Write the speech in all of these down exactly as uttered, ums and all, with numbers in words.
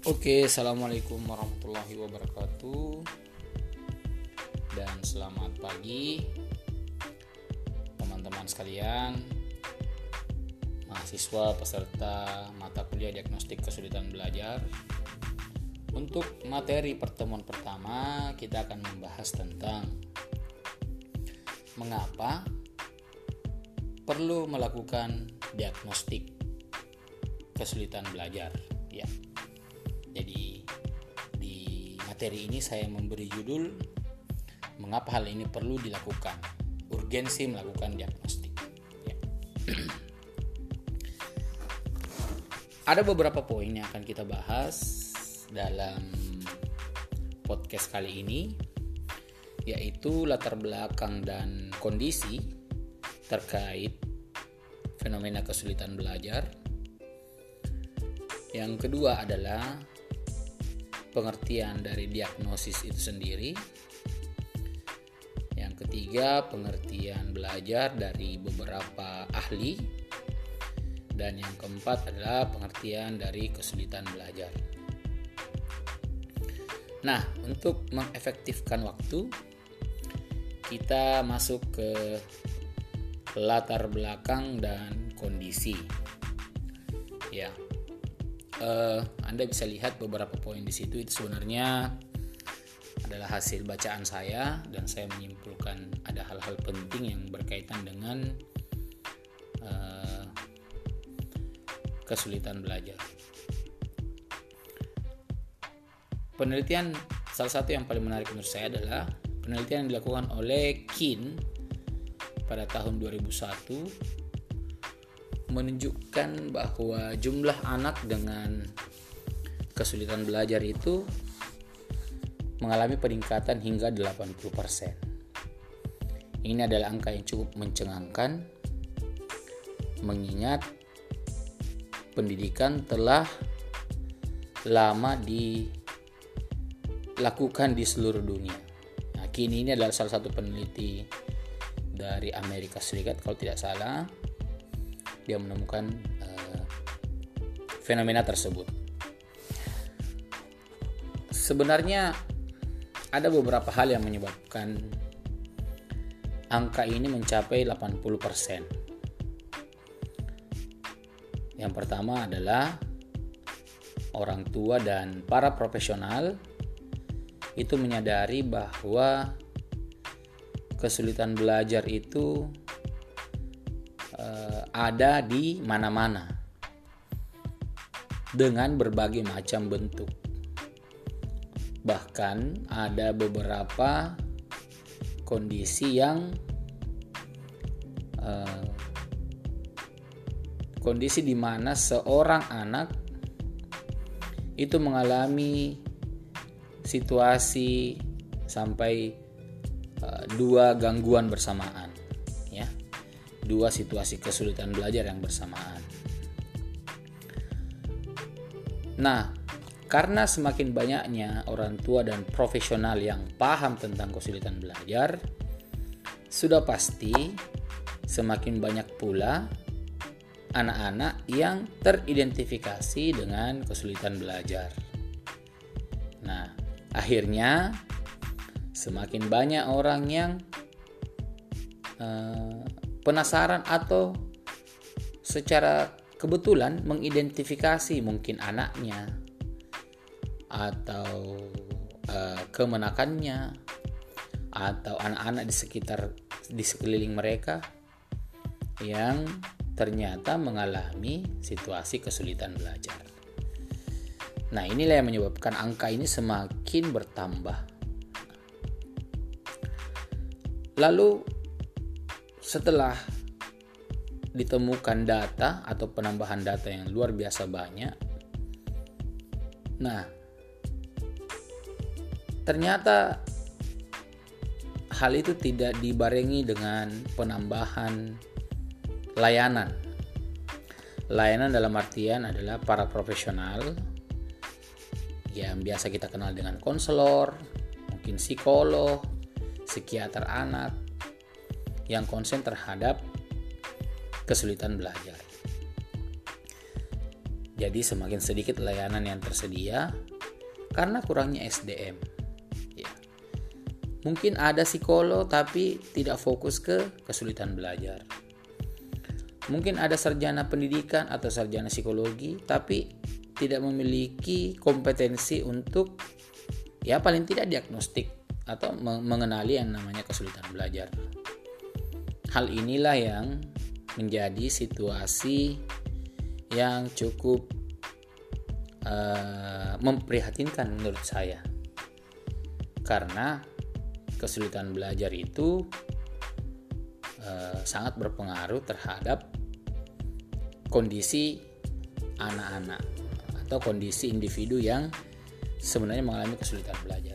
Oke, assalamualaikum warahmatullahi wabarakatuh, dan selamat pagi teman-teman sekalian, mahasiswa peserta mata kuliah diagnostik kesulitan belajar. Untuk materi pertemuan pertama, kita akan membahas tentang mengapa perlu melakukan diagnostik kesulitan belajar. Ya. Jadi di materi ini saya memberi judul mengapa hal ini perlu dilakukan, urgensi melakukan diagnostik. Ya. Ada beberapa poin yang akan kita bahas dalam podcast kali ini, yaitu latar belakang dan kondisi terkait fenomena kesulitan belajar. Yang kedua adalah pengertian dari diagnosis itu sendiri. Yang ketiga, pengertian belajar dari beberapa ahli. Dan yang keempat adalah pengertian dari kesulitan belajar. Nah, untuk mengefektifkan waktu, kita masuk ke latar belakang dan kondisi. Ya. Uh, Anda bisa lihat beberapa poin di situ, itu sebenarnya adalah hasil bacaan saya, dan saya menyimpulkan ada hal-hal penting yang berkaitan dengan uh, kesulitan belajar. Penelitian, salah satu yang paling menarik menurut saya adalah penelitian yang dilakukan oleh Keene pada tahun dua ribu satu, menunjukkan bahwa jumlah anak dengan kesulitan belajar itu mengalami peningkatan hingga delapan puluh persen. Ini adalah angka yang cukup mencengangkan, mengingat pendidikan telah lama dilakukan di seluruh dunia. Nah, kini ini adalah salah satu peneliti dari Amerika Serikat, kalau tidak salah. Dia menemukan uh, fenomena tersebut. Sebenarnya ada beberapa hal yang menyebabkan angka ini mencapai delapan puluh persen. Yang pertama adalah orang tua dan para profesional itu menyadari bahwa kesulitan belajar itu ada di mana-mana dengan berbagai macam bentuk. Bahkan ada beberapa kondisi yang uh, kondisi di mana seorang anak itu mengalami situasi sampai uh, dua gangguan bersamaan. Dua situasi kesulitan belajar yang bersamaan. Nah, karena semakin banyaknya orang tua dan profesional yang paham tentang kesulitan belajar, sudah pasti semakin banyak pula anak-anak yang teridentifikasi dengan kesulitan belajar. Nah, akhirnya semakin banyak orang yang uh, penasaran atau secara kebetulan mengidentifikasi mungkin anaknya atau uh, kemenakannya atau anak-anak di sekitar di sekeliling mereka yang ternyata mengalami situasi kesulitan belajar. Nah, inilah yang menyebabkan angka ini semakin bertambah. Lalu setelah ditemukan data atau penambahan data yang luar biasa banyak, nah ternyata hal itu tidak dibarengi dengan penambahan layanan. Layanan dalam artian adalah para profesional yang biasa kita kenal dengan konselor, mungkin psikolog, psikiater anak, yang konsen terhadap kesulitan belajar. Jadi semakin sedikit layanan yang tersedia karena kurangnya S D M. Ya. Mungkin ada psikolog tapi tidak fokus ke kesulitan belajar. Mungkin ada sarjana pendidikan atau sarjana psikologi tapi tidak memiliki kompetensi untuk ya paling tidak diagnostik atau mengenali yang namanya kesulitan belajar. Hal inilah yang menjadi situasi yang cukup uh, memprihatinkan menurut saya. Karena kesulitan belajar itu uh, sangat berpengaruh terhadap kondisi anak-anak atau kondisi individu yang sebenarnya mengalami kesulitan belajar.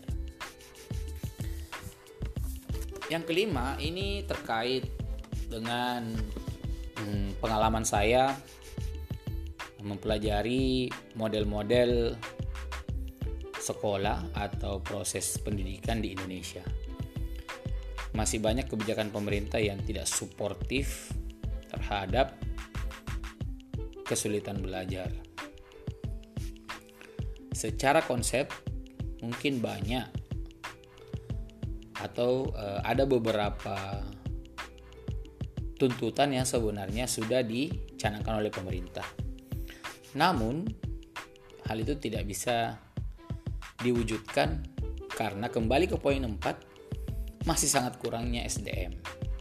Yang kelima ini terkait dengan hmm, pengalaman saya mempelajari model-model sekolah atau proses pendidikan di Indonesia. Masih banyak kebijakan pemerintah yang tidak suportif terhadap kesulitan belajar. Secara konsep mungkin banyak atau uh, ada beberapa tuntutan yang sebenarnya sudah dicanangkan oleh pemerintah. Namun hal itu tidak bisa diwujudkan karena kembali ke poin empat, masih sangat kurangnya S D M.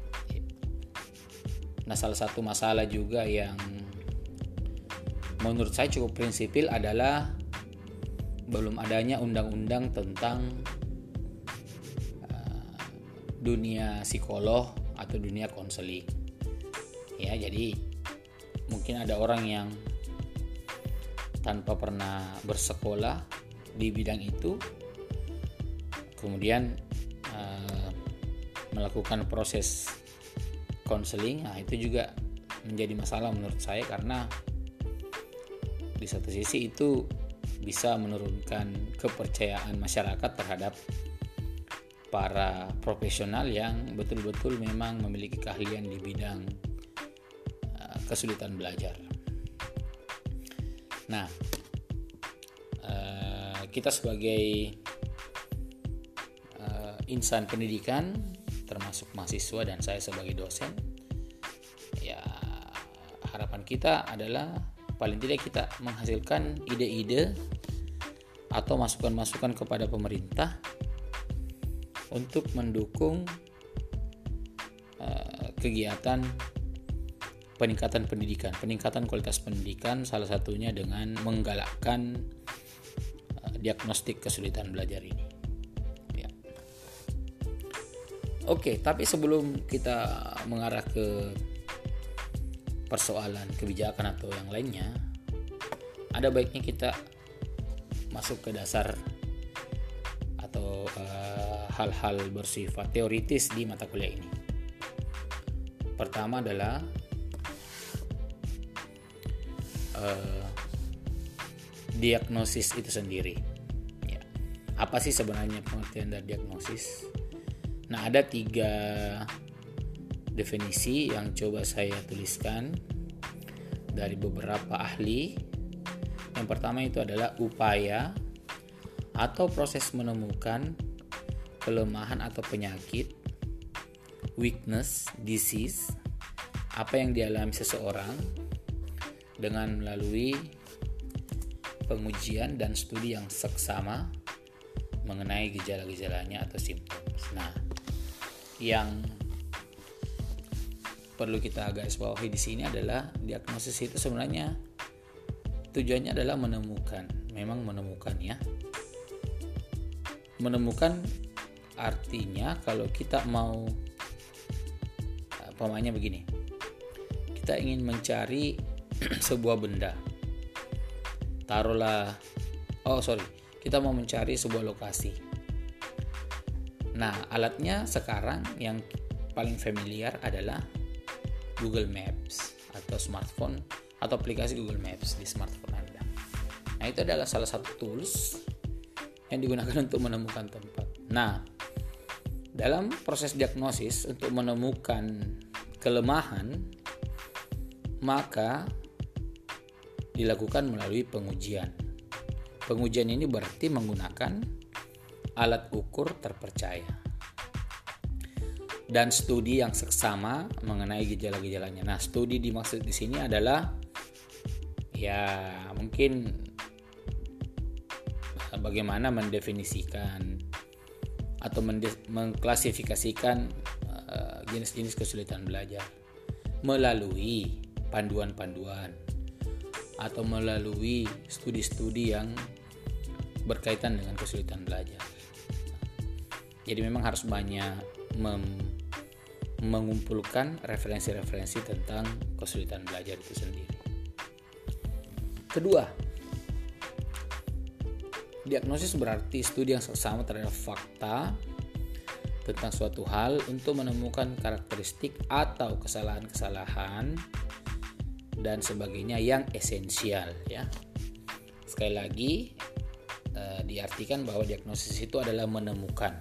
Nah, salah satu masalah juga yang menurut saya cukup prinsipil adalah belum adanya undang-undang tentang uh, dunia psikolog atau dunia konseling. Ya, jadi mungkin ada orang yang tanpa pernah bersekolah di bidang itu, kemudian uh, melakukan proses konseling. Nah, itu juga menjadi masalah menurut saya karena di satu sisi itu bisa menurunkan kepercayaan masyarakat terhadap para profesional yang betul-betul memang memiliki keahlian di bidang uh, kesulitan belajar. Nah, uh, kita sebagai uh, insan pendidikan, termasuk mahasiswa dan saya sebagai dosen, ya harapan kita adalah paling tidak kita menghasilkan ide-ide atau masukan-masukan kepada pemerintah untuk mendukung uh, kegiatan peningkatan pendidikan, peningkatan kualitas pendidikan, salah satunya dengan menggalakkan uh, diagnostik kesulitan belajar ini. Ya. Oke, tapi sebelum kita mengarah ke persoalan kebijakan atau yang lainnya, ada baiknya kita masuk ke dasar atau uh, hal-hal bersifat teoritis di mata kuliah ini. Pertama adalah uh, diagnosis itu sendiri. Ya. Apa sih sebenarnya pengertian dari diagnosis? Nah, ada tiga definisi yang coba saya tuliskan dari beberapa ahli. Yang pertama itu adalah upaya atau proses menemukan kelemahan atau penyakit, weakness, disease, apa yang dialami seseorang dengan melalui pengujian dan studi yang seksama mengenai gejala-gejalanya atau simptom. Nah, yang perlu kita garis bawahi di sini adalah diagnosis itu sebenarnya tujuannya adalah menemukan, memang menemukan ya. Menemukan artinya kalau kita mau pemainnya begini. Kita ingin mencari sebuah benda. Taruhlah oh sorry, kita mau mencari sebuah lokasi. Nah, alatnya sekarang yang paling familiar adalah Google Maps atau smartphone atau aplikasi Google Maps di smartphone Anda. Nah, itu adalah salah satu tools yang digunakan untuk menemukan tempat. Nah, dalam proses diagnosis untuk menemukan kelemahan, maka dilakukan melalui pengujian. Pengujian ini berarti menggunakan alat ukur terpercaya dan studi yang seksama mengenai gejala-gejalanya. Nah, studi dimaksud di sini adalah ya mungkin bagaimana mendefinisikan atau mendes- mengklasifikasikan uh, jenis-jenis kesulitan belajar melalui panduan-panduan atau melalui studi-studi yang berkaitan dengan kesulitan belajar. Jadi memang harus banyak mem- mengumpulkan referensi-referensi tentang kesulitan belajar itu sendiri. Kedua, diagnosis berarti studi yang seksama terhadap fakta tentang suatu hal untuk menemukan karakteristik atau kesalahan-kesalahan dan sebagainya yang esensial, ya. Sekali lagi eh, diartikan bahwa diagnosis itu adalah menemukan.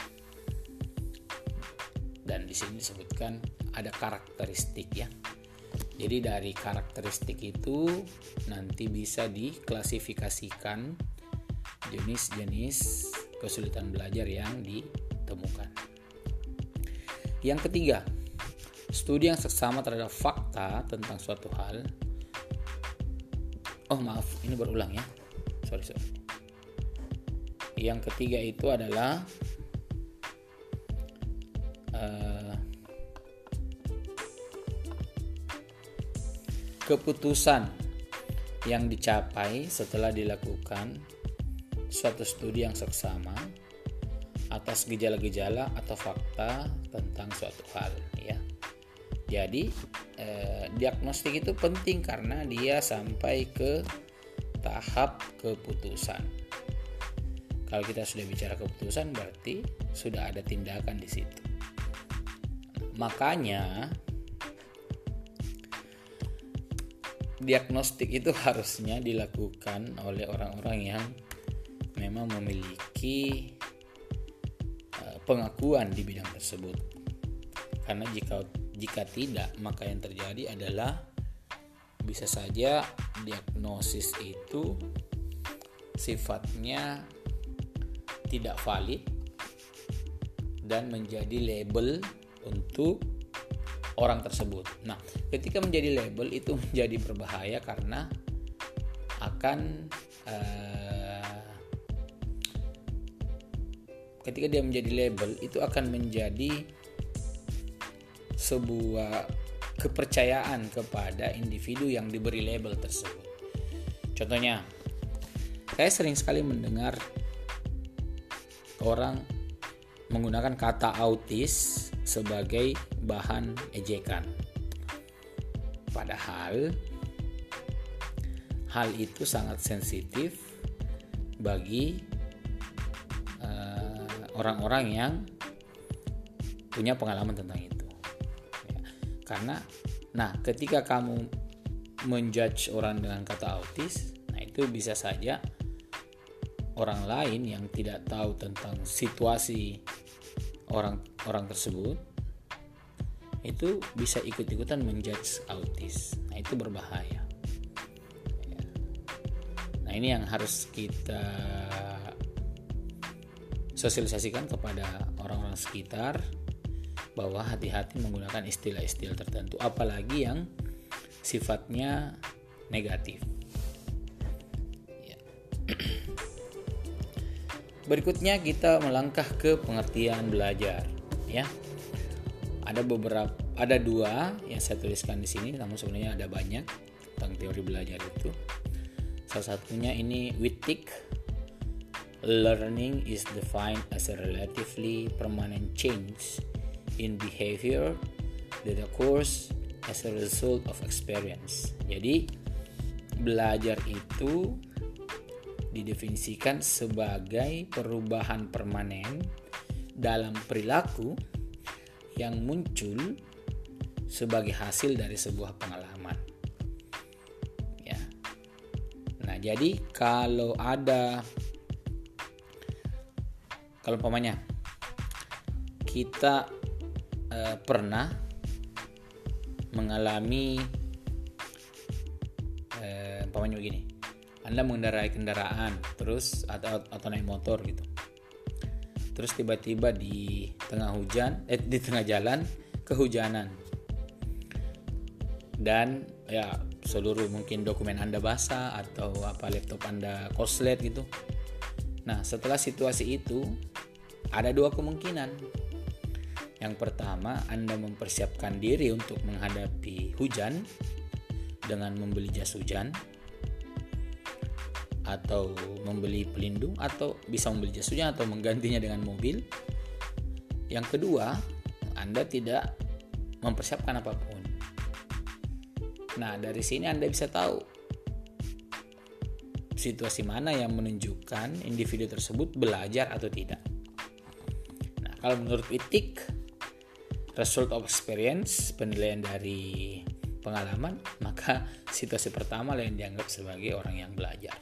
Dan di sini disebutkan ada karakteristik, ya. Jadi dari karakteristik itu nanti bisa diklasifikasikan jenis-jenis kesulitan belajar yang ditemukan. Yang ketiga, studi yang seksama terhadap fakta tentang suatu hal. Oh maaf, ini berulang ya. Sorry sorry. Yang ketiga itu adalah uh, keputusan yang dicapai setelah dilakukan suatu studi yang seksama atas gejala-gejala atau fakta tentang suatu hal, ya. Jadi eh, diagnostik itu penting karena dia sampai ke tahap keputusan. Kalau kita sudah bicara keputusan berarti sudah ada tindakan di situ. Makanya diagnostik itu harusnya dilakukan oleh orang-orang yang memang memiliki uh, pengakuan di bidang tersebut. Karena jika jika tidak, maka yang terjadi adalah bisa saja diagnosis itu sifatnya tidak valid dan menjadi label untuk orang tersebut. Nah, ketika menjadi label itu menjadi berbahaya karena akan uh, ketika dia menjadi label itu akan menjadi sebuah kepercayaan kepada individu yang diberi label tersebut. Contohnya, saya sering sekali mendengar orang menggunakan kata autis sebagai bahan ejekan. Padahal hal itu sangat sensitif bagi uh, orang-orang yang punya pengalaman tentang itu. Ya. Karena, nah, ketika kamu menjudge orang dengan kata autis, nah itu bisa saja orang lain yang tidak tahu tentang situasi orang orang tersebut itu bisa ikut-ikutan menjudge autis. Nah, itu berbahaya. Ya. Nah, ini yang harus kita sosialisasikan kepada orang-orang sekitar bahwa hati-hati menggunakan istilah-istilah tertentu, apalagi yang sifatnya negatif. Ya. Berikutnya kita melangkah ke pengertian belajar, ya. Ada beberapa, ada dua yang saya tuliskan di sini, namun sebenarnya ada banyak tentang teori belajar itu. Salah satunya ini Wittig. Learning is defined as a relatively permanent change in behavior that occurs as a result of experience. Jadi belajar itu didefinisikan sebagai perubahan permanen dalam perilaku yang muncul sebagai hasil dari sebuah pengalaman. Ya. Nah, jadi kalau ada kalau umpamanya kita eh, pernah mengalami eh, umpamanya begini, Anda mengendarai kendaraan terus atau atau naik motor gitu, terus tiba-tiba di tengah hujan eh di tengah jalan kehujanan dan ya seluruh mungkin dokumen Anda basah atau apa laptop Anda korslet gitu. Nah, setelah situasi itu ada dua kemungkinan. Yang pertama, Anda mempersiapkan diri untuk menghadapi hujan dengan membeli jas hujan atau membeli pelindung, atau bisa membeli jas hujan atau menggantinya dengan mobil. Yang kedua, Anda tidak mempersiapkan apapun. Nah, dari sini Anda bisa tahu situasi mana yang menunjukkan individu tersebut belajar atau tidak. Nah, kalau menurut Wittig, result of experience, penilaian dari pengalaman, maka situasi pertama yang dianggap sebagai orang yang belajar.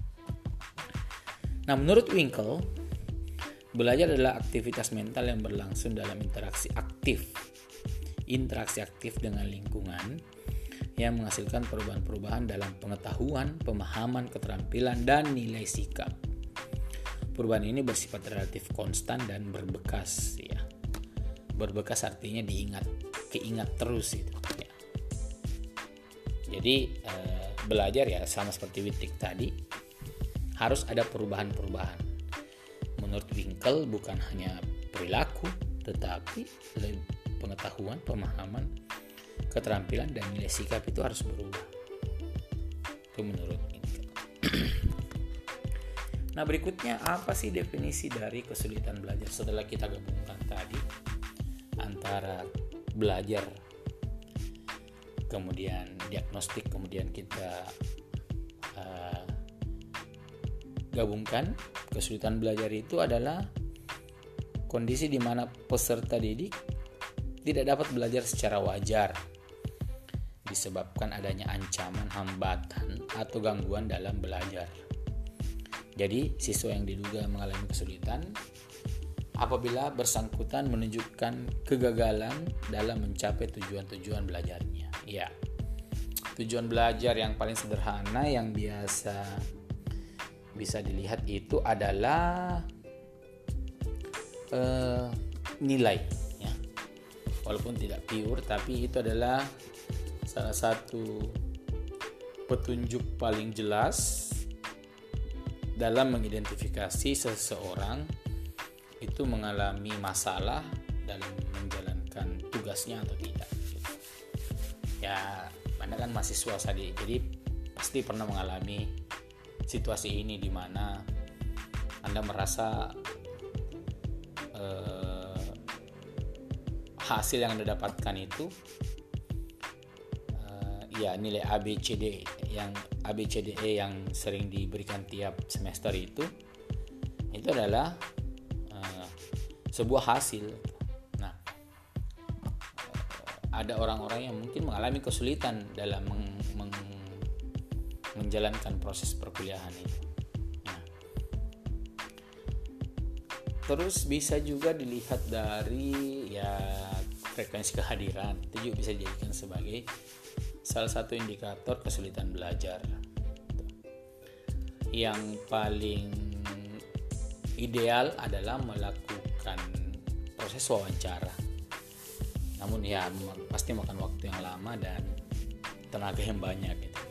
Nah, menurut Winkel, belajar adalah aktivitas mental yang berlangsung dalam interaksi aktif, interaksi aktif dengan lingkungan yang menghasilkan perubahan-perubahan dalam pengetahuan, pemahaman, keterampilan, dan nilai sikap. Perubahan ini bersifat relatif konstan dan berbekas, ya. Berbekas artinya diingat, keingat terus itu. Ya. Jadi eh, belajar ya sama seperti Wittig tadi, harus ada perubahan-perubahan. Menurut Winkel bukan hanya perilaku, tetapi pengetahuan, pemahaman, keterampilan, dan nilai sikap itu harus berubah. Itu menurut Winkel. Nah, berikutnya apa sih definisi dari kesulitan belajar setelah kita gabungkan tadi antara belajar, kemudian diagnostik, kemudian kita uh, gabungkan. Kesulitan belajar itu adalah kondisi di mana peserta didik tidak dapat belajar secara wajar disebabkan adanya ancaman, hambatan, atau gangguan dalam belajar. Jadi, siswa yang diduga mengalami kesulitan apabila bersangkutan menunjukkan kegagalan dalam mencapai tujuan-tujuan belajarnya. Ya, tujuan belajar yang paling sederhana yang biasa bisa dilihat itu adalah eh, nilai. Ya. Walaupun tidak pure, tapi itu adalah salah satu petunjuk paling jelas dalam mengidentifikasi seseorang itu mengalami masalah dalam menjalankan tugasnya atau tidak. Ya, Anda kan mahasiswa tadi, jadi pasti pernah mengalami situasi ini di mana Anda merasa eh, hasil yang Anda dapatkan itu ya nilai A B C D yang A B C D E yang sering diberikan tiap semester itu itu adalah uh, sebuah hasil. Nah, ada orang-orang yang mungkin mengalami kesulitan dalam meng, meng, menjalankan proses perkuliahan itu. Nah, terus bisa juga dilihat dari ya frekuensi kehadiran, itu juga bisa dijadikan sebagai salah satu indikator kesulitan belajar. Yang paling ideal adalah melakukan proses wawancara. Namun ya pasti makan waktu yang lama dan tenaga yang banyak gitu.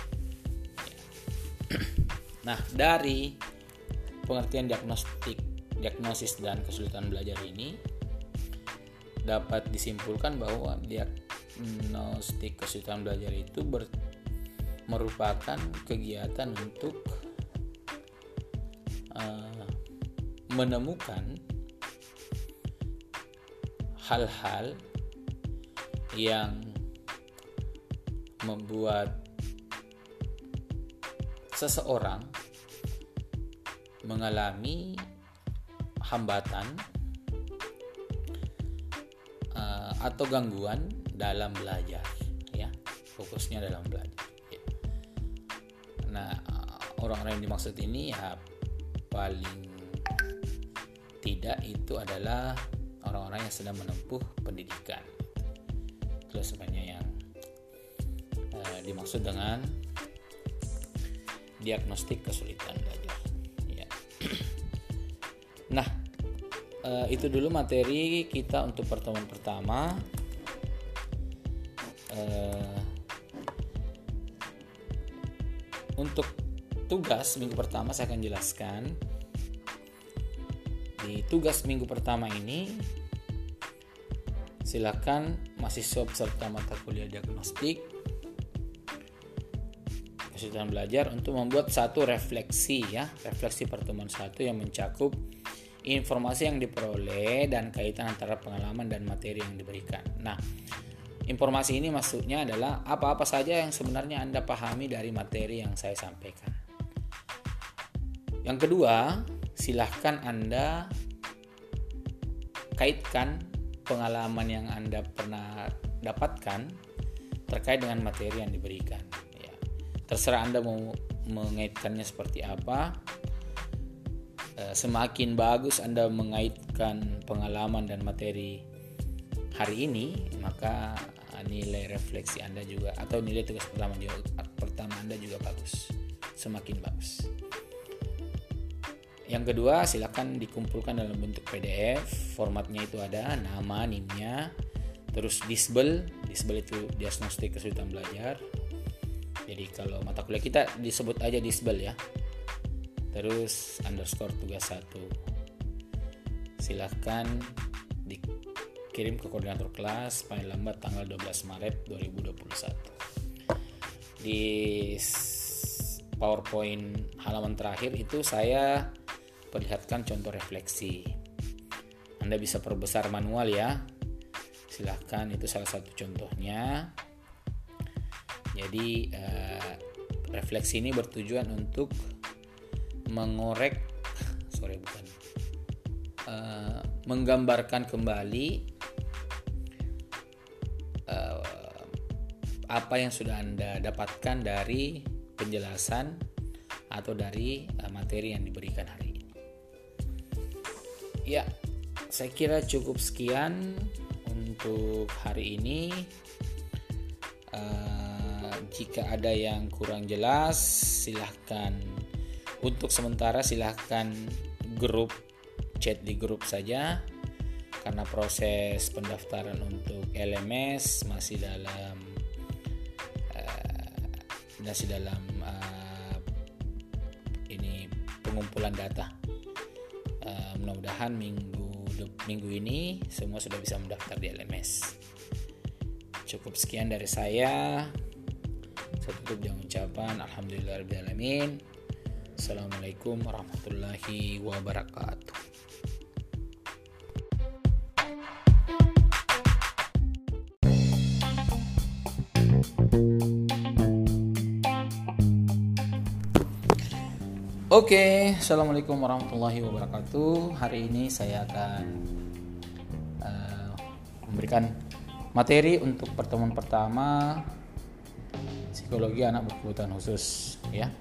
Nah, dari pengertian diagnostik, diagnosis dan kesulitan belajar ini dapat disimpulkan bahwa diagnostik kesulitan belajar itu ber, merupakan kegiatan untuk uh, menemukan hal-hal yang membuat seseorang mengalami hambatan uh, atau gangguan dalam belajar, ya, fokusnya dalam belajar. Ya. Nah, orang-orang yang dimaksud ini ya paling tidak itu adalah orang-orang yang sedang menempuh pendidikan. Itu sebenarnya yang uh, dimaksud dengan diagnostik kesulitan belajar. Ya. Nah, eh, itu dulu materi kita untuk pertemuan pertama. Eh, untuk tugas minggu pertama saya akan jelaskan. Di tugas minggu pertama ini, silakan mahasiswa peserta mata kuliah diagnostik kesulitan belajar untuk membuat satu refleksi ya, refleksi pertemuan satu yang mencakup informasi yang diperoleh dan kaitan antara pengalaman dan materi yang diberikan. Nah, informasi ini maksudnya adalah apa-apa saja yang sebenarnya Anda pahami dari materi yang saya sampaikan. Yang kedua, silahkan Anda kaitkan pengalaman yang Anda pernah dapatkan terkait dengan materi yang diberikan. Ya, terserah Anda mau mengaitkannya seperti apa. Semakin bagus Anda mengaitkan pengalaman dan materi hari ini, maka nilai refleksi Anda juga atau nilai tugas pertama juga, pertama Anda juga bagus, semakin bagus. Yang kedua, silakan dikumpulkan dalam bentuk P D F. Formatnya itu ada nama, N I M-nya, terus disbel. Disbel itu diagnostik kesulitan belajar. Jadi kalau mata kuliah kita disebut aja disbel ya. Terus underscore tugas satu. Silakan dikirim ke koordinator kelas paling lambat tanggal dua belas Maret dua ribu dua puluh satu. Di PowerPoint halaman terakhir itu saya perlihatkan contoh refleksi. Anda bisa perbesar manual ya. Silahkan, itu salah satu contohnya. Jadi eh, refleksi ini bertujuan untuk mengorek, sorry bukan, eh, menggambarkan kembali eh, apa yang sudah Anda dapatkan dari penjelasan atau dari eh, materi yang diberikan hari ini. Ya, saya kira cukup sekian untuk hari ini. Uh, jika ada yang kurang jelas, silahkan untuk sementara silahkan grup chat di grup saja, karena proses pendaftaran untuk L M S masih dalam uh, masih dalam uh, ini pengumpulan data. Uh, mudah-mudahan minggu minggu ini semua sudah bisa mendaftar di L M S. Cukup sekian dari saya. Saya tutup dengan ucapan alhamdulillahirabbil alamin. Assalamualaikum warahmatullahi wabarakatuh. Oke, assalamualaikum warahmatullahi wabarakatuh. Hari ini saya akan uh, memberikan materi untuk pertemuan pertama psikologi anak berkebutuhan khusus. Ya,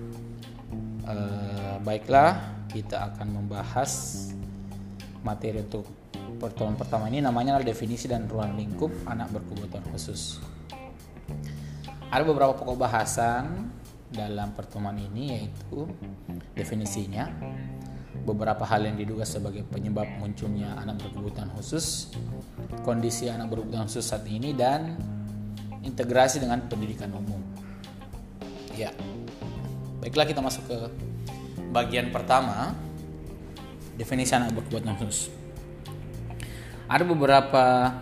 uh, baiklah, kita akan membahas materi untuk pertemuan pertama ini. Namanya adalah definisi dan ruang lingkup anak berkebutuhan khusus. Ada beberapa pokok bahasan dalam pertemuan ini, yaitu definisinya, beberapa hal yang diduga sebagai penyebab munculnya anak berkebutuhan khusus, kondisi anak berkebutuhan khusus saat ini, dan integrasi dengan pendidikan umum. Ya, baiklah, kita masuk ke bagian pertama, definisi anak berkebutuhan khusus. Ada beberapa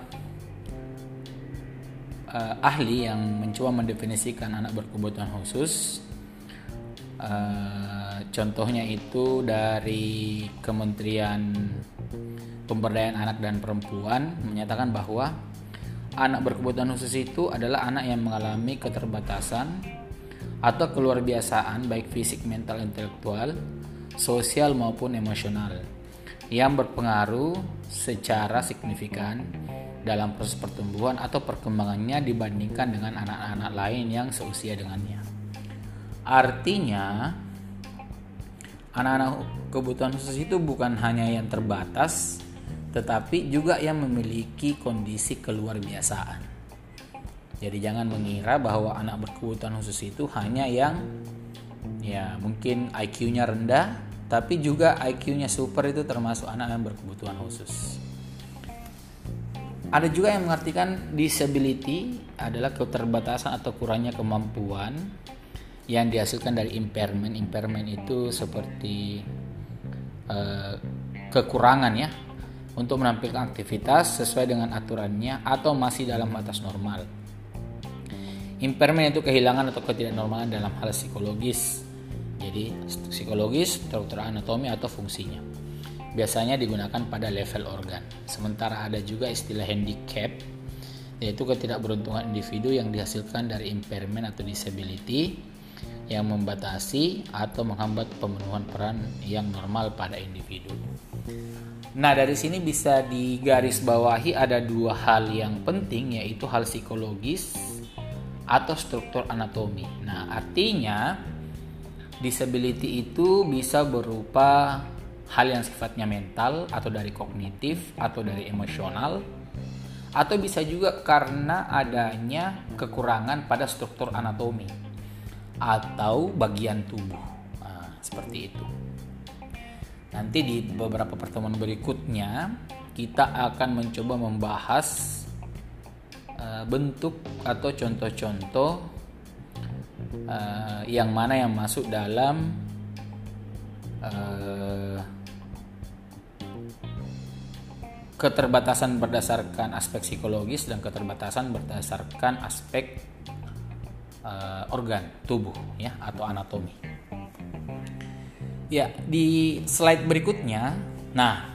Uh, ahli yang mencoba mendefinisikan anak berkebutuhan khusus. Uh, contohnya itu dari Kementerian Pemberdayaan Anak dan Perempuan menyatakan bahwa anak berkebutuhan khusus itu adalah anak yang mengalami keterbatasan atau keluarbiasaan baik fisik, mental, intelektual, sosial maupun emosional yang berpengaruh secara signifikan dalam proses pertumbuhan atau perkembangannya dibandingkan dengan anak-anak lain yang seusia dengannya. Artinya, anak-anak kebutuhan khusus itu bukan hanya yang terbatas, tetapi juga yang memiliki kondisi keluarbiasaan. Jadi jangan mengira bahwa anak berkebutuhan khusus itu hanya yang ya mungkin I Q-nya rendah, tapi juga I Q-nya super, itu termasuk anak yang berkebutuhan khusus. Ada juga yang mengartikan disability adalah keterbatasan atau kurangnya kemampuan yang dihasilkan dari impairment. Impairment itu seperti uh, kekurangan ya untuk menampilkan aktivitas sesuai dengan aturannya atau masih dalam batas normal. Impairment itu kehilangan atau ketidaknormalan dalam hal psikologis. Jadi psikologis, struktur anatomi atau fungsinya. Biasanya digunakan pada level organ. Sementara ada juga istilah handicap, yaitu ketidakberuntungan individu yang dihasilkan dari impairment atau disability yang membatasi atau menghambat pemenuhan peran yang normal pada individu. Nah, dari sini bisa digarisbawahi ada dua hal yang penting, yaitu hal psikologis atau struktur anatomi. Nah, artinya disability itu bisa berupa hal yang sifatnya mental atau dari kognitif atau dari emosional, atau bisa juga karena adanya kekurangan pada struktur anatomi atau bagian tubuh. Nah, seperti itu. Nanti di beberapa pertemuan berikutnya kita akan mencoba membahas uh, bentuk atau contoh-contoh uh, yang mana yang masuk dalam uh, keterbatasan berdasarkan aspek psikologis dan keterbatasan berdasarkan aspek uh, organ tubuh ya atau anatomi. Ya, di slide berikutnya, nah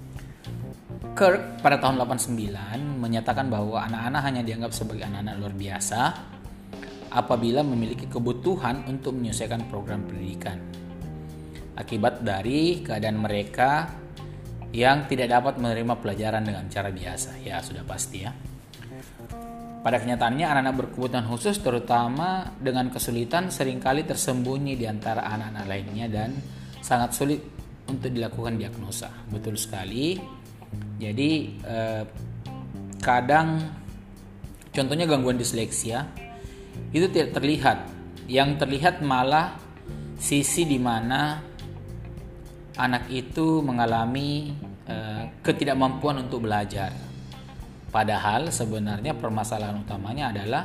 Kirk pada tahun delapan puluh sembilan menyatakan bahwa anak-anak hanya dianggap sebagai anak-anak luar biasa apabila memiliki kebutuhan untuk menyelesaikan program pendidikan akibat dari keadaan mereka yang tidak dapat menerima pelajaran dengan cara biasa. Ya, sudah pasti ya. Pada kenyataannya anak-anak berkebutuhan khusus terutama dengan kesulitan seringkali tersembunyi di antara anak-anak lainnya dan sangat sulit untuk dilakukan diagnosa. Betul sekali. Jadi eh, kadang contohnya gangguan disleksia itu tidak terlihat. Yang terlihat malah sisi di mana anak itu mengalami eh, ketidakmampuan untuk belajar. Padahal sebenarnya permasalahan utamanya adalah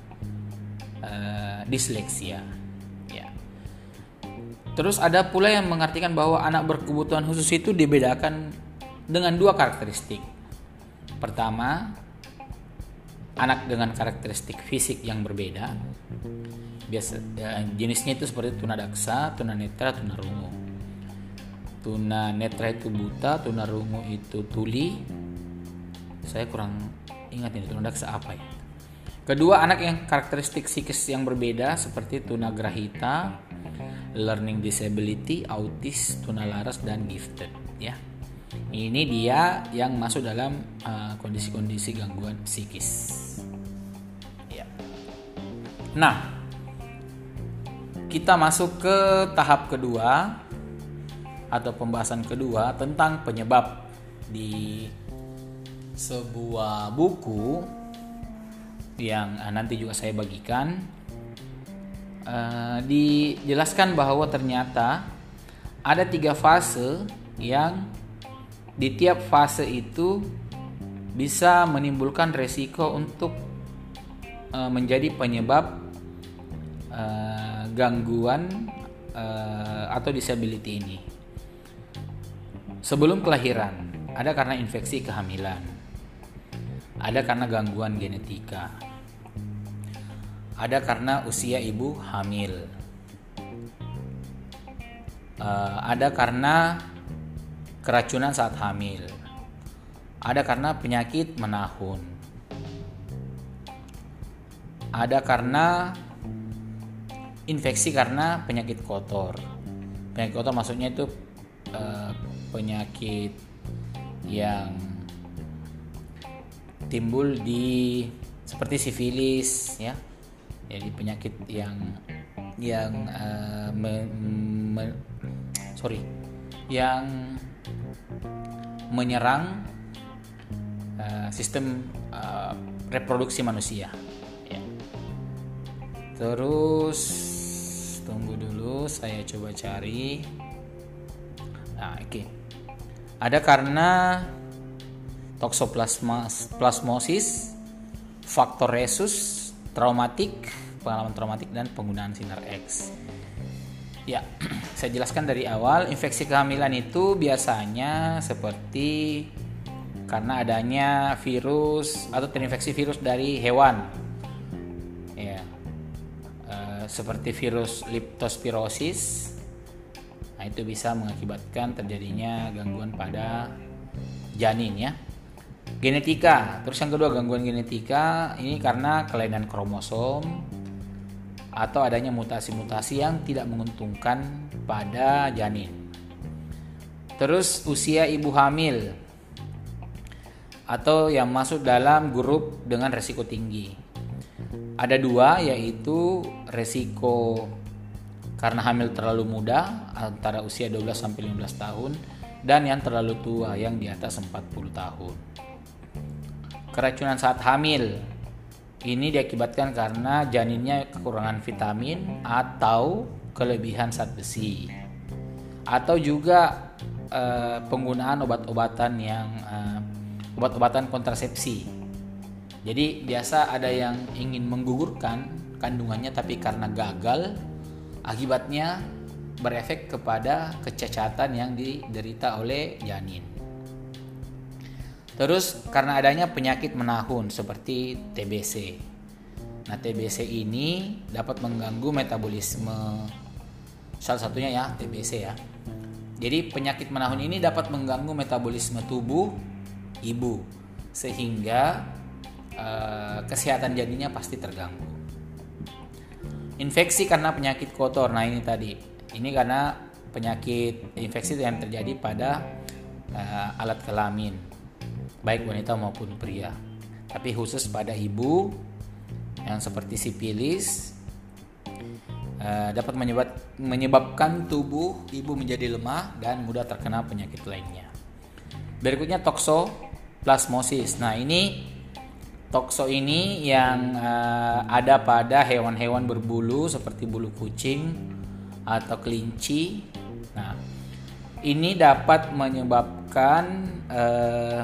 uh, disleksia. Ya. Terus ada pula yang mengartikan bahwa anak berkebutuhan khusus itu dibedakan dengan dua karakteristik. Pertama, anak dengan karakteristik fisik yang berbeda. Biasa ya, jenisnya itu seperti tunadaksa, tunanetra, tunarungu. Tunanetra itu buta, tunarungu itu tuli. Saya kurang ingat ini tunadaksa apa ya. Kedua, anak yang karakteristik psikis yang berbeda seperti tunagrahita, learning disability, autis, tunalaras dan gifted ya. Ini dia yang masuk dalam uh, kondisi-kondisi gangguan psikis. Ya. Nah, kita masuk ke tahap kedua atau pembahasan kedua tentang penyebab. Di sebuah buku yang nanti juga saya bagikan uh, dijelaskan bahwa ternyata ada tiga fase yang di tiap fase itu bisa menimbulkan resiko untuk uh, menjadi penyebab uh, gangguan uh, atau disability ini. Sebelum kelahiran, ada karena infeksi kehamilan, ada karena gangguan genetika, ada karena usia ibu hamil, uh, ada karena keracunan saat hamil, ada karena penyakit menahun, ada karena infeksi karena penyakit kotor. Penyakit kotor maksudnya itu uh, penyakit yang timbul di seperti sifilis ya, jadi penyakit yang yang uh, me, me, sorry yang menyerang uh, sistem uh, reproduksi manusia ya. Terus tunggu dulu, saya coba cari. Nah, oke. Okay. Ada karena toksoplasmosis, faktor resus, traumatik, pengalaman traumatik, dan penggunaan sinar X. Ya, saya jelaskan dari awal, infeksi kehamilan itu biasanya seperti karena adanya virus atau terinfeksi virus dari hewan. Ya, e, seperti virus leptospirosis. Nah, itu bisa mengakibatkan terjadinya gangguan pada janin ya. Genetika, terus yang kedua gangguan genetika ini karena kelainan kromosom atau adanya mutasi-mutasi yang tidak menguntungkan pada janin. Terus usia ibu hamil atau yang masuk dalam grup dengan resiko tinggi. Ada dua, yaitu resiko karena hamil terlalu muda antara usia dua belas sampai lima belas tahun, dan yang terlalu tua yang di atas empat puluh tahun. Keracunan saat hamil ini diakibatkan karena janinnya kekurangan vitamin atau kelebihan zat besi, atau juga eh, penggunaan obat-obatan yang eh, obat-obatan kontrasepsi. Jadi biasa ada yang ingin menggugurkan kandungannya, tapi karena gagal, akibatnya berefek kepada kecacatan yang diderita oleh janin. Terus karena adanya penyakit menahun seperti T B C. Nah, T B C ini dapat mengganggu metabolisme, salah satunya ya T B C ya. Jadi penyakit menahun ini dapat mengganggu metabolisme tubuh ibu, sehingga eh, kesehatan janinnya pasti terganggu. Infeksi karena penyakit kotor. Nah, ini tadi. Ini karena penyakit infeksi yang terjadi pada eh, alat kelamin, baik wanita maupun pria, tapi khusus pada ibu yang seperti sipilis, uh, dapat menyebab, menyebabkan tubuh ibu menjadi lemah dan mudah terkena penyakit lainnya. Berikutnya toksoplasmosis. Nah, ini tokso ini yang uh, ada pada hewan-hewan berbulu seperti bulu kucing atau kelinci. Nah, ini dapat menyebabkan uh,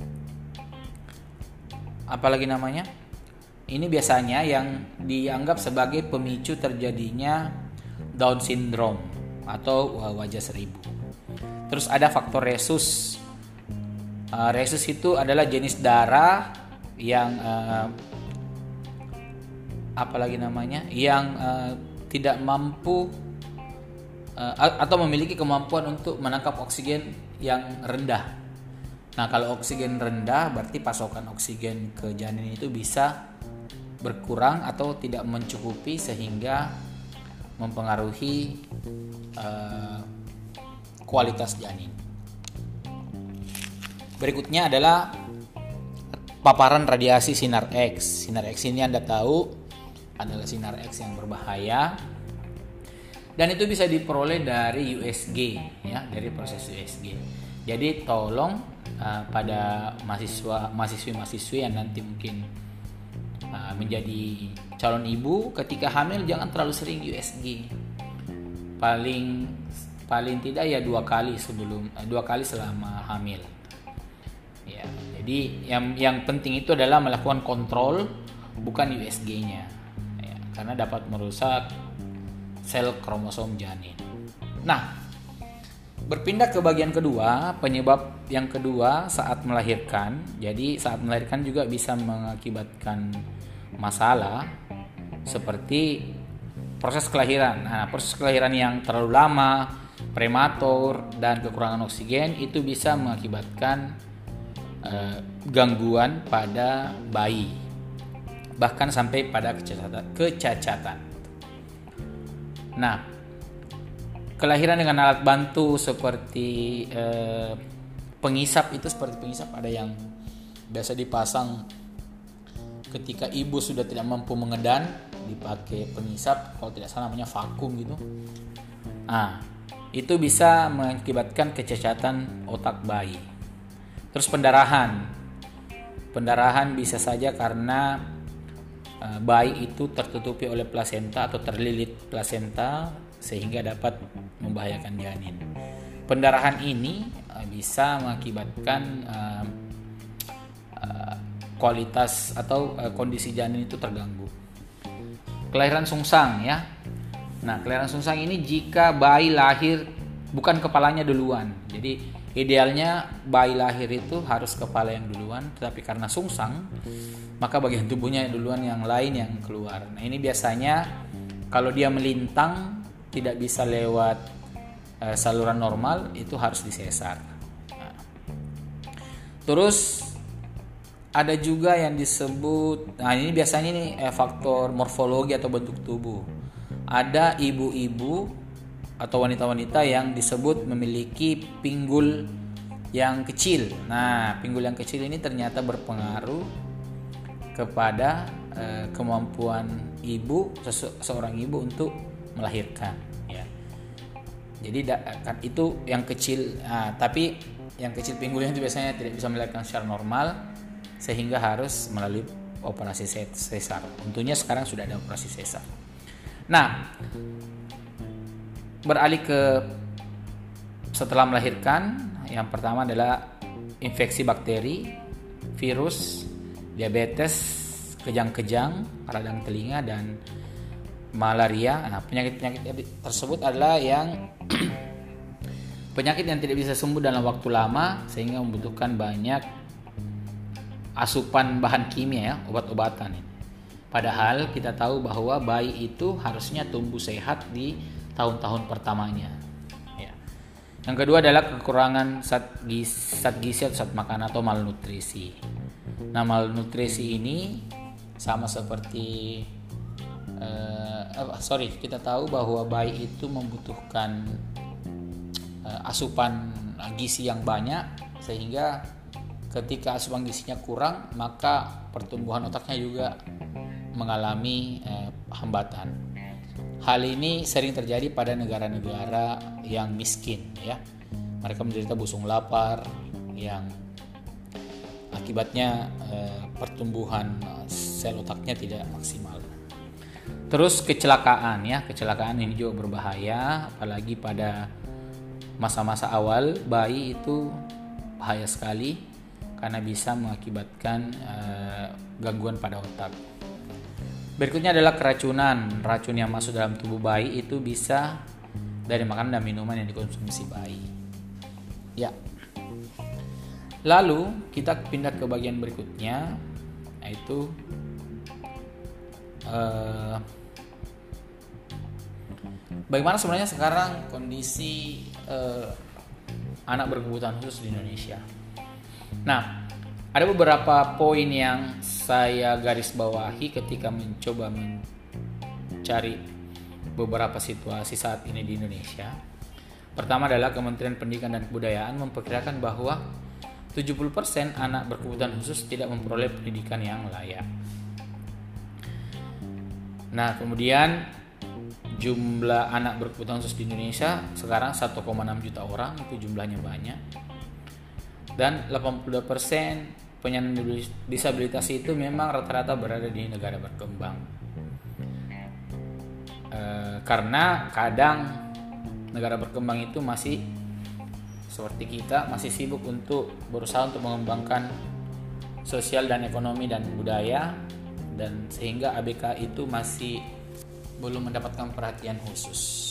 apalagi namanya? Ini biasanya yang dianggap sebagai pemicu terjadinya Down syndrome atau wajah seribu. Terus ada faktor resus. Uh, resus itu adalah jenis darah yang uh, apalagi namanya? Yang uh, tidak mampu uh, atau memiliki kemampuan untuk menangkap oksigen yang rendah. Nah, kalau oksigen rendah berarti pasokan oksigen ke janin itu bisa berkurang atau tidak mencukupi, sehingga mempengaruhi uh, kualitas janin. Berikutnya adalah paparan radiasi sinar X. Sinar X ini Anda tahu adalah sinar X yang berbahaya, dan itu bisa diperoleh dari U S G ya, dari proses U S G. Jadi tolong Uh, pada mahasiswa mahasiswi-mahasiswi yang nanti mungkin uh, menjadi calon ibu, ketika hamil jangan terlalu sering U S G. Paling paling tidak ya dua kali sebelum uh, dua kali selama hamil. Ya, jadi yang yang penting itu adalah melakukan kontrol, bukan U S G-nya. Ya, karena dapat merusak sel kromosom janin. Nah, berpindah ke bagian kedua, penyebab yang kedua saat melahirkan. Jadi saat melahirkan juga bisa mengakibatkan masalah seperti proses kelahiran. Nah, proses kelahiran yang terlalu lama, prematur, dan kekurangan oksigen itu bisa mengakibatkan eh, gangguan pada bayi, bahkan sampai pada kecacatan. kecacatan. Nah, kelahiran dengan alat bantu seperti eh, pengisap itu seperti pengisap ada yang biasa dipasang ketika ibu sudah tidak mampu mengedan, dipakai pengisap, kalau tidak salah namanya vakum gitu. Nah, itu bisa mengakibatkan kecacatan otak bayi. Terus pendarahan. Pendarahan bisa saja karena uh, bayi itu tertutupi oleh plasenta atau terlilit plasenta sehingga dapat membahayakan janin. Pendarahan ini uh, bisa mengakibatkan uh, uh, kualitas atau uh, kondisi janin itu terganggu. Kelahiran sungsang ya. Nah, kelahiran sungsang ini jika bayi lahir bukan kepalanya duluan. Jadi idealnya bayi lahir itu harus kepala yang duluan, tetapi karena sungsang maka bagian tubuhnya duluan yang lain yang keluar. Nah, ini biasanya kalau dia melintang tidak bisa lewat uh, saluran normal, itu harus disesar. Nah, terus ada juga yang disebut, nah ini biasanya nih eh, faktor morfologi atau bentuk tubuh. Ada ibu-ibu atau wanita-wanita yang disebut memiliki pinggul yang kecil. Nah, pinggul yang kecil ini ternyata berpengaruh kepada eh, kemampuan ibu, sese- seorang ibu untuk melahirkan. Ya. Jadi da- kan itu yang kecil. Nah, tapi yang kecil pinggulnya itu biasanya tidak bisa melahirkan secara normal, sehingga harus melalui operasi sesar. Untungnya sekarang sudah ada operasi sesar. Nah, beralih ke setelah melahirkan, yang pertama adalah infeksi bakteri, virus, diabetes, kejang-kejang, radang telinga, dan malaria. Nah, penyakit-penyakit tersebut adalah yang penyakit yang tidak bisa sembuh dalam waktu lama sehingga membutuhkan banyak asupan bahan kimia ya, obat-obatan ini. Padahal kita tahu bahwa bayi itu harusnya tumbuh sehat di tahun-tahun pertamanya. Ya. Yang kedua adalah kekurangan zat gizi, zat gizi atau zat makan atau malnutrisi. Nah, malnutrisi ini sama seperti uh, uh, sorry kita tahu bahwa bayi itu membutuhkan uh, asupan gizi yang banyak, sehingga ketika asupan gizinya kurang maka pertumbuhan otaknya juga mengalami eh, hambatan. Hal ini sering terjadi pada negara-negara yang miskin ya. Mereka menderita busung lapar yang akibatnya eh, pertumbuhan sel otaknya tidak maksimal. Terus kecelakaan ya, kecelakaan ini juga berbahaya, apalagi pada masa-masa awal bayi itu bahaya sekali karena bisa mengakibatkan uh, gangguan pada otak. Berikutnya adalah keracunan. Racun yang masuk dalam tubuh bayi itu bisa dari makanan dan minuman yang dikonsumsi bayi. Ya. Lalu kita pindah ke bagian berikutnya, yaitu uh, bagaimana sebenarnya sekarang kondisi uh, anak berkebutuhan khusus di Indonesia. Nah, ada beberapa poin yang saya garis bawahi ketika mencoba mencari beberapa situasi saat ini di Indonesia. Pertama adalah Kementerian Pendidikan dan Kebudayaan memperkirakan bahwa tujuh puluh persen anak berkebutuhan khusus tidak memperoleh pendidikan yang layak. Nah, kemudian jumlah anak berkebutuhan khusus di Indonesia sekarang satu koma enam juta orang, itu jumlahnya banyak. Dan delapan puluh dua persen penyandang disabilitas itu memang rata-rata berada di negara berkembang. E, karena kadang negara berkembang itu masih seperti kita, masih sibuk untuk berusaha untuk mengembangkan sosial dan ekonomi dan budaya, dan sehingga A B K itu masih belum mendapatkan perhatian khusus.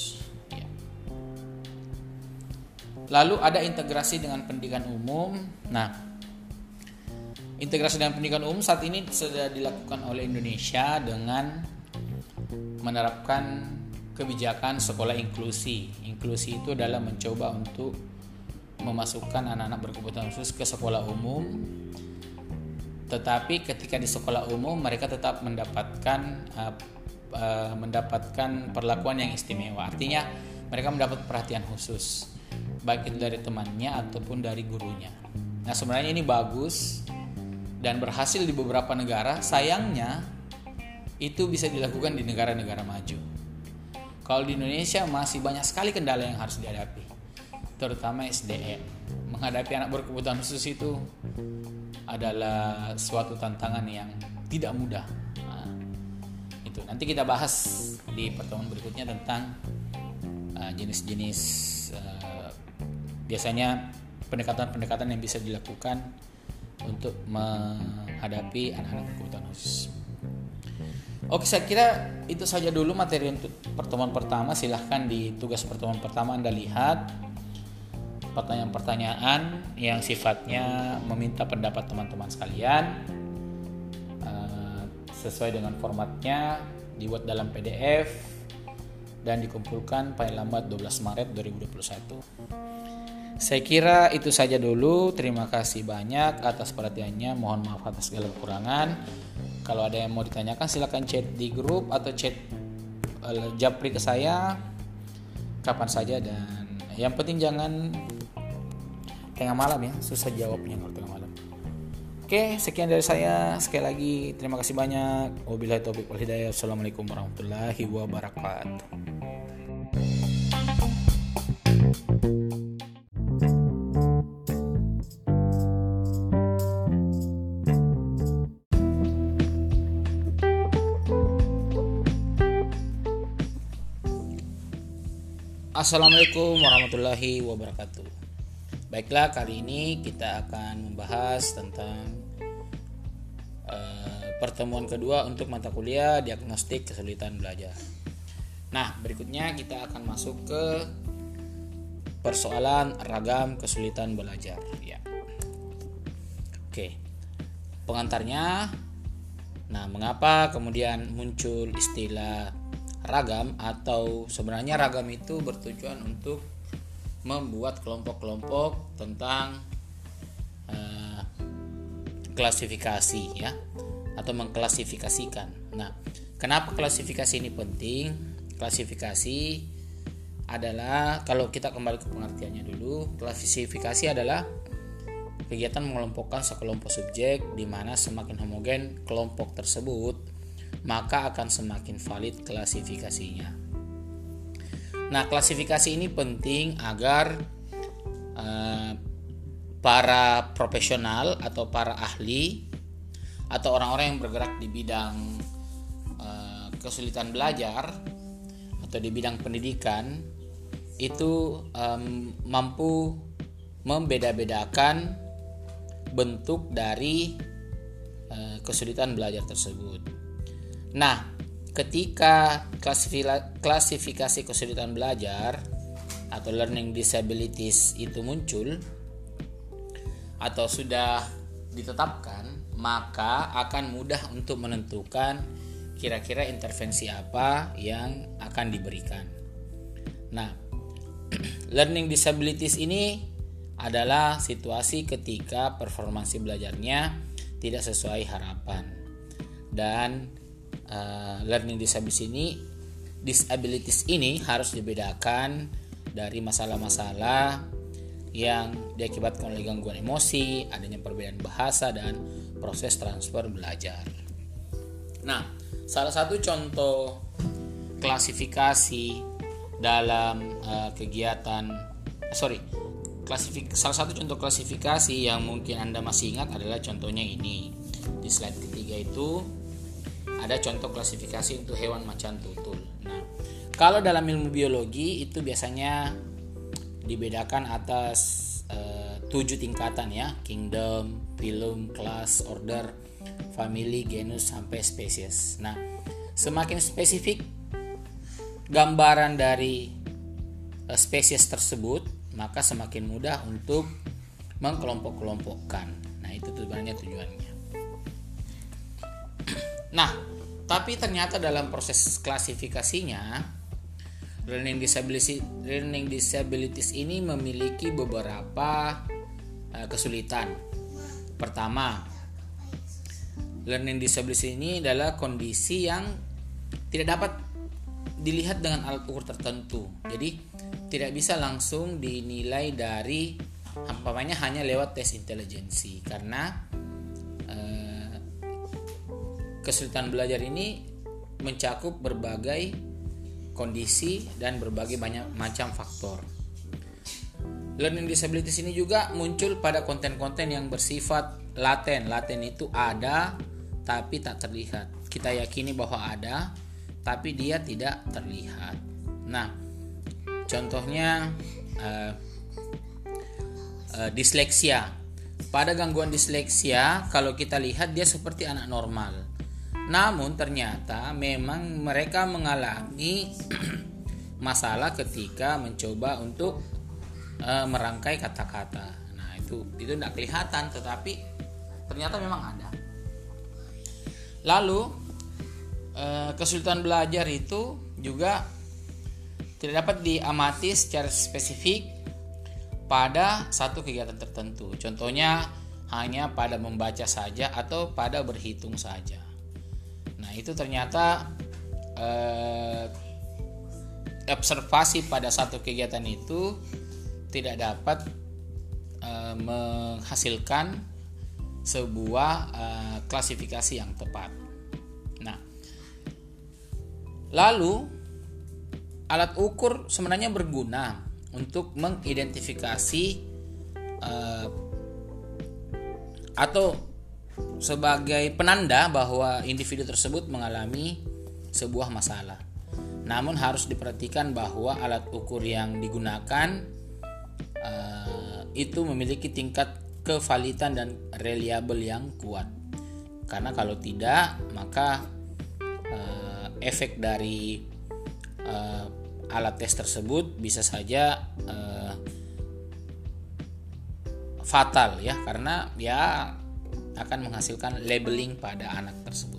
Lalu ada integrasi dengan pendidikan umum. Nah, integrasi dengan pendidikan umum saat ini sudah dilakukan oleh Indonesia dengan menerapkan kebijakan sekolah inklusi. Inklusi itu adalah mencoba untuk memasukkan anak-anak berkebutuhan khusus ke sekolah umum, tetapi ketika di sekolah umum mereka tetap mendapatkan uh, uh, mendapatkan perlakuan yang istimewa. Artinya mereka mendapat perhatian khusus, baik itu dari temannya ataupun dari gurunya. Nah, sebenarnya ini bagus dan berhasil di beberapa negara. Sayangnya itu bisa dilakukan di negara-negara maju. Kalau di Indonesia masih banyak sekali kendala yang harus dihadapi, terutama S D M. Menghadapi anak berkebutuhan khusus itu adalah suatu tantangan yang tidak mudah. Nah, gitu. Nanti kita bahas di pertemuan berikutnya tentang uh, jenis-jenis uh, biasanya pendekatan-pendekatan yang bisa dilakukan untuk menghadapi anak-anak berkebutuhan khusus. Oke, saya kira itu saja dulu materi untuk pertemuan pertama. Silahkan di tugas pertemuan pertama Anda lihat pertanyaan-pertanyaan yang sifatnya meminta pendapat teman-teman sekalian. Sesuai dengan formatnya, dibuat dalam P D F dan dikumpulkan paling lambat dua belas Maret dua ribu dua puluh satu. Saya kira itu saja dulu. Terima kasih banyak atas perhatiannya. Mohon maaf atas segala kekurangan. Kalau ada yang mau ditanyakan silakan chat di grup atau chat uh, japri ke saya kapan saja, dan yang penting jangan tengah malam ya, susah jawabnya kalau tengah malam. Oke, sekian dari saya. Sekali lagi terima kasih banyak. Wabillahi taufiq wal hidayah. Assalamualaikum warahmatullahi wabarakatuh. Assalamualaikum warahmatullahi wabarakatuh. Baiklah, kali ini kita akan membahas tentang uh, pertemuan kedua untuk mata kuliah diagnostik kesulitan belajar. Nah, berikutnya kita akan masuk ke persoalan ragam kesulitan belajar. Ya. Oke, pengantarnya. Nah, mengapa kemudian muncul istilah ragam, atau sebenarnya ragam itu bertujuan untuk membuat kelompok-kelompok tentang uh, klasifikasi ya, atau mengklasifikasikan. Nah, kenapa klasifikasi ini penting? Klasifikasi adalah, kalau kita kembali ke pengertiannya dulu, klasifikasi adalah kegiatan mengelompokkan sekelompok subjek, di mana semakin homogen kelompok tersebut, maka akan semakin valid klasifikasinya. Nah, klasifikasi ini penting agar uh, para profesional atau para ahli atau orang-orang yang bergerak di bidang uh, kesulitan belajar atau di bidang pendidikan itu um, mampu membeda-bedakan bentuk dari uh, kesulitan belajar tersebut. Nah, ketika klasifikasi kesulitan belajar atau learning disabilities itu muncul atau sudah ditetapkan, maka akan mudah untuk menentukan kira-kira intervensi apa yang akan diberikan. Nah, learning disabilities ini adalah situasi ketika performansi belajarnya tidak sesuai harapan, dan Uh, learning disabilities ini disabilities ini harus dibedakan dari masalah-masalah yang diakibatkan oleh gangguan emosi, adanya perbedaan bahasa, dan proses transfer belajar. Nah, salah satu contoh klasifikasi dalam uh, kegiatan sorry klasifik salah satu contoh klasifikasi yang mungkin Anda masih ingat adalah contohnya ini. Di slide ketiga itu ada contoh klasifikasi untuk hewan macan tutul. Nah, kalau dalam ilmu biologi itu biasanya dibedakan atas uh, tujuh tingkatan ya, kingdom, phylum, class, order, family, genus, sampai spesies. Nah, semakin spesifik gambaran dari uh, spesies tersebut, maka semakin mudah untuk mengkelompok-kelompokkan. Nah, itu sebenarnya tujuannya. Nah, tapi ternyata dalam proses klasifikasinya, learning disability learning disabilities ini memiliki beberapa uh, kesulitan. Pertama, learning disability ini adalah kondisi yang tidak dapat dilihat dengan alat ukur tertentu. Jadi tidak bisa langsung dinilai dari umpamanya hanya lewat tes intelijensi, karena kesulitan belajar ini mencakup berbagai kondisi dan berbagai banyak macam faktor. Learning disabilities ini juga muncul pada konten-konten yang bersifat laten. Laten itu ada tapi tak terlihat. Kita yakini bahwa ada, tapi dia tidak terlihat. Nah, contohnya uh, uh, disleksia. Pada gangguan disleksia, kalau kita lihat dia seperti anak normal. Namun ternyata memang mereka mengalami masalah ketika mencoba untuk uh, merangkai kata-kata. Nah, itu itu tidak kelihatan, tetapi ternyata memang ada. Lalu uh, kesulitan belajar itu juga tidak dapat diamati secara spesifik pada satu kegiatan tertentu. Contohnya hanya pada membaca saja atau pada berhitung saja. Nah, itu ternyata eh, observasi pada satu kegiatan itu tidak dapat eh, menghasilkan sebuah eh, klasifikasi yang tepat. Nah, lalu alat ukur sebenarnya berguna untuk mengidentifikasi uh, atau sebagai penanda bahwa individu tersebut mengalami sebuah masalah. Namun harus diperhatikan bahwa alat ukur yang digunakan uh, itu memiliki tingkat kevalidan dan reliable yang kuat. Karena kalau tidak, maka uh, efek dari uh, alat tes tersebut bisa saja uh, fatal ya, karena ya akan menghasilkan labeling pada anak tersebut.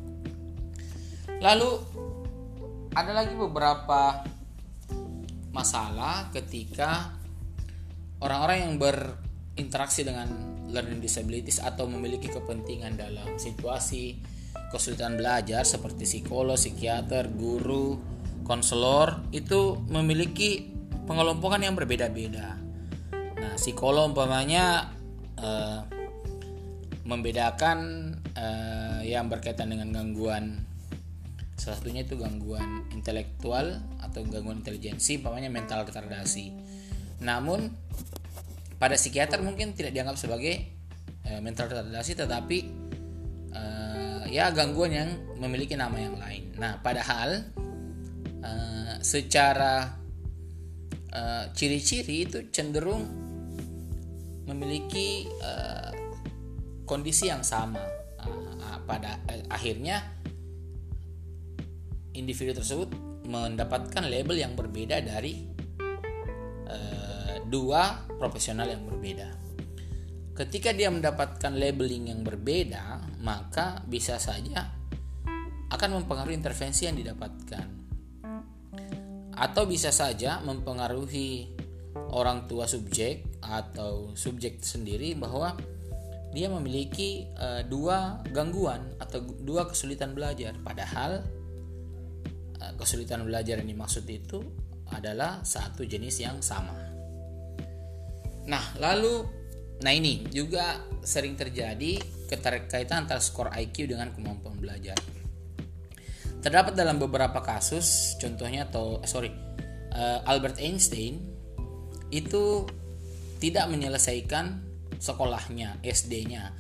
Lalu ada lagi beberapa masalah ketika orang-orang yang berinteraksi dengan learning disabilities atau memiliki kepentingan dalam situasi kesulitan belajar seperti psikolog, psikiater, guru, konselor itu memiliki pengelompokan yang berbeda-beda. Nah, psikolog umpamanya eh, membedakan eh, yang berkaitan dengan gangguan, salah satunya itu gangguan intelektual atau gangguan intelijensi, umpamanya mental retardasi. Namun pada psikiater mungkin tidak dianggap sebagai eh, mental retardasi, tetapi eh, ya gangguan yang memiliki nama yang lain. Nah, padahal Uh, secara uh, ciri-ciri itu cenderung memiliki uh, kondisi yang sama. Uh, pada uh, akhirnya individu tersebut mendapatkan label yang berbeda dari uh, dua profesional yang berbeda. Ketika dia mendapatkan labeling yang berbeda, maka bisa saja akan mempengaruhi intervensi yang didapatkan. Atau bisa saja mempengaruhi orang tua subjek atau subjek sendiri bahwa dia memiliki uh, dua gangguan atau dua kesulitan belajar, padahal uh, kesulitan belajar yang dimaksud itu adalah satu jenis yang sama. Nah, lalu nah ini juga sering terjadi keterkaitan antara skor I Q dengan kemampuan belajar. Terdapat dalam beberapa kasus, contohnya atau sorry uh, Albert Einstein itu tidak menyelesaikan sekolahnya S D-nya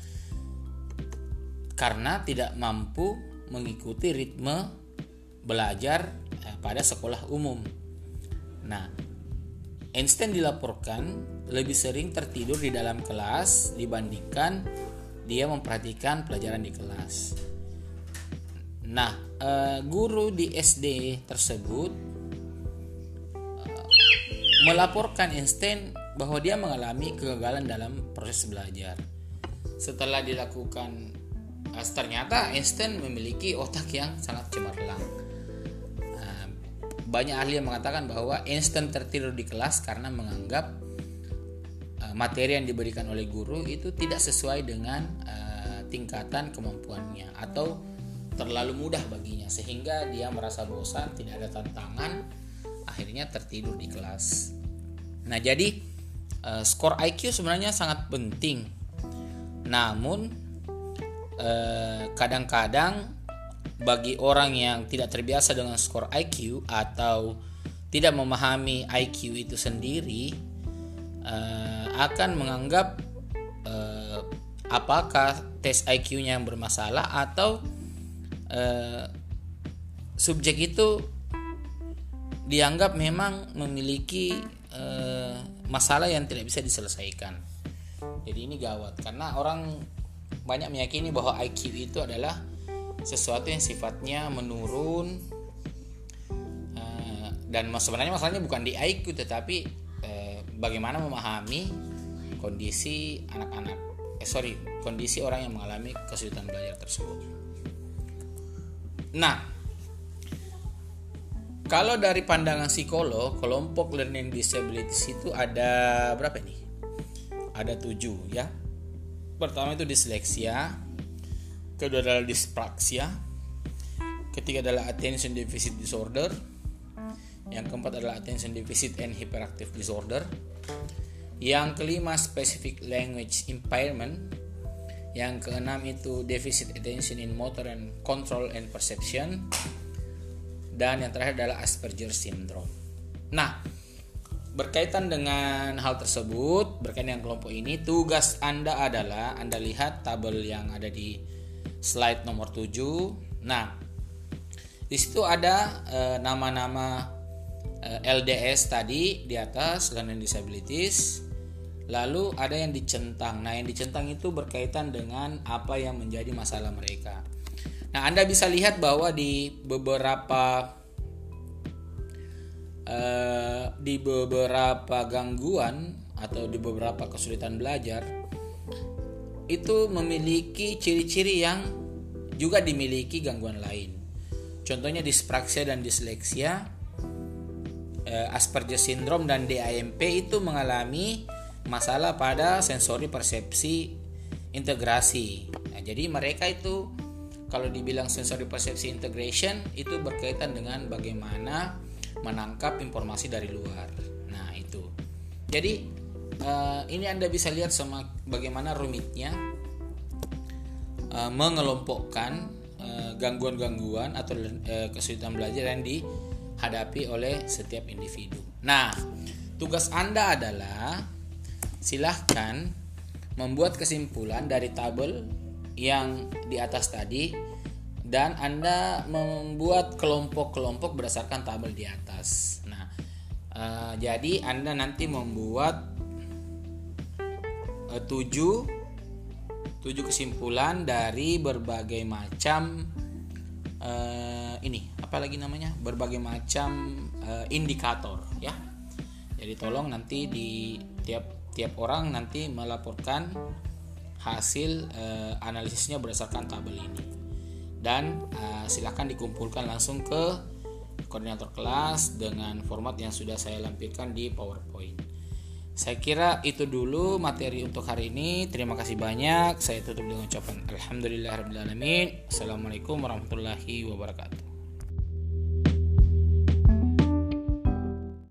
karena tidak mampu mengikuti ritme belajar uh, pada sekolah umum. Nah, Einstein dilaporkan lebih sering tertidur di dalam kelas dibandingkan dia memperhatikan pelajaran di kelas. Nah, uh, guru di S D tersebut uh, melaporkan Einstein bahwa dia mengalami kegagalan dalam proses belajar. Setelah dilakukan, uh, ternyata Einstein memiliki otak yang sangat cemerlang. Uh, banyak ahli yang mengatakan bahwa Einstein tertidur di kelas karena menganggap uh, materi yang diberikan oleh guru itu tidak sesuai dengan uh, tingkatan kemampuannya atau terlalu mudah baginya, sehingga dia merasa bosan, tidak ada tantangan, akhirnya tertidur di kelas. Nah, jadi uh, skor I Q sebenarnya sangat penting. Namun uh, kadang-kadang bagi orang yang tidak terbiasa dengan skor I Q atau tidak memahami I Q itu sendiri, uh, akan menganggap uh, apakah tes I Q-nya yang bermasalah atau Uh, subjek itu dianggap memang memiliki eh, masalah yang tidak bisa diselesaikan. Jadi ini gawat karena orang banyak meyakini bahwa I Q itu adalah sesuatu yang sifatnya menurun, eh, dan sebenarnya masalahnya bukan di I Q tetapi eh, bagaimana memahami kondisi anak-anak, eh sorry kondisi orang yang mengalami kesulitan belajar tersebut. Nah, kalau dari pandangan psikolog, kelompok learning disabilities itu ada berapa nih? Ada tujuh ya. Pertama itu disleksia, kedua adalah dyspraxia, ketiga adalah attention deficit disorder, yang keempat adalah attention deficit and hyperactive disorder, yang kelima specific language impairment, yang keenam itu deficit attention in motor and control and perception, dan yang terakhir adalah Asperger syndrome. Nah, berkaitan dengan hal tersebut, berkaitan dengan kelompok ini, tugas Anda adalah Anda lihat tabel yang ada di slide nomor tujuh. Nah, di situ ada e, nama-nama e, L D S tadi di atas, learning disabilities. Lalu ada yang dicentang. Nah, yang dicentang itu berkaitan dengan apa yang menjadi masalah mereka. Nah, Anda bisa lihat bahwa di beberapa uh, di beberapa gangguan atau di beberapa kesulitan belajar itu memiliki ciri-ciri yang juga dimiliki gangguan lain. Contohnya dyspraxia dan disleksia, uh, Asperger syndrome dan D I M P itu mengalami masalah pada sensori persepsi integrasi. Nah, jadi mereka itu kalau dibilang sensory perception integration itu berkaitan dengan bagaimana menangkap informasi dari luar. Nah itu. Jadi uh, ini Anda bisa lihat sama bagaimana rumitnya uh, mengelompokkan uh, gangguan-gangguan atau uh, kesulitan belajar yang dihadapi oleh setiap individu. Nah, tugas Anda adalah silahkan membuat kesimpulan dari tabel yang di atas tadi dan Anda membuat kelompok-kelompok berdasarkan tabel di atas. Nah, uh, jadi Anda nanti membuat uh, tujuh tujuh kesimpulan dari berbagai macam uh, ini apa lagi namanya berbagai macam uh, indikator ya. Jadi tolong nanti di tiap tiap orang nanti melaporkan hasil uh, analisisnya berdasarkan tabel ini dan uh, silakan dikumpulkan langsung ke koordinator kelas dengan format yang sudah saya lampirkan di PowerPoint. Saya kira itu dulu materi untuk hari ini. Terima kasih banyak. Saya tutup dengan ucapan alhamdulillahirabbil alamin. Assalamualaikum warahmatullahi wabarakatuh.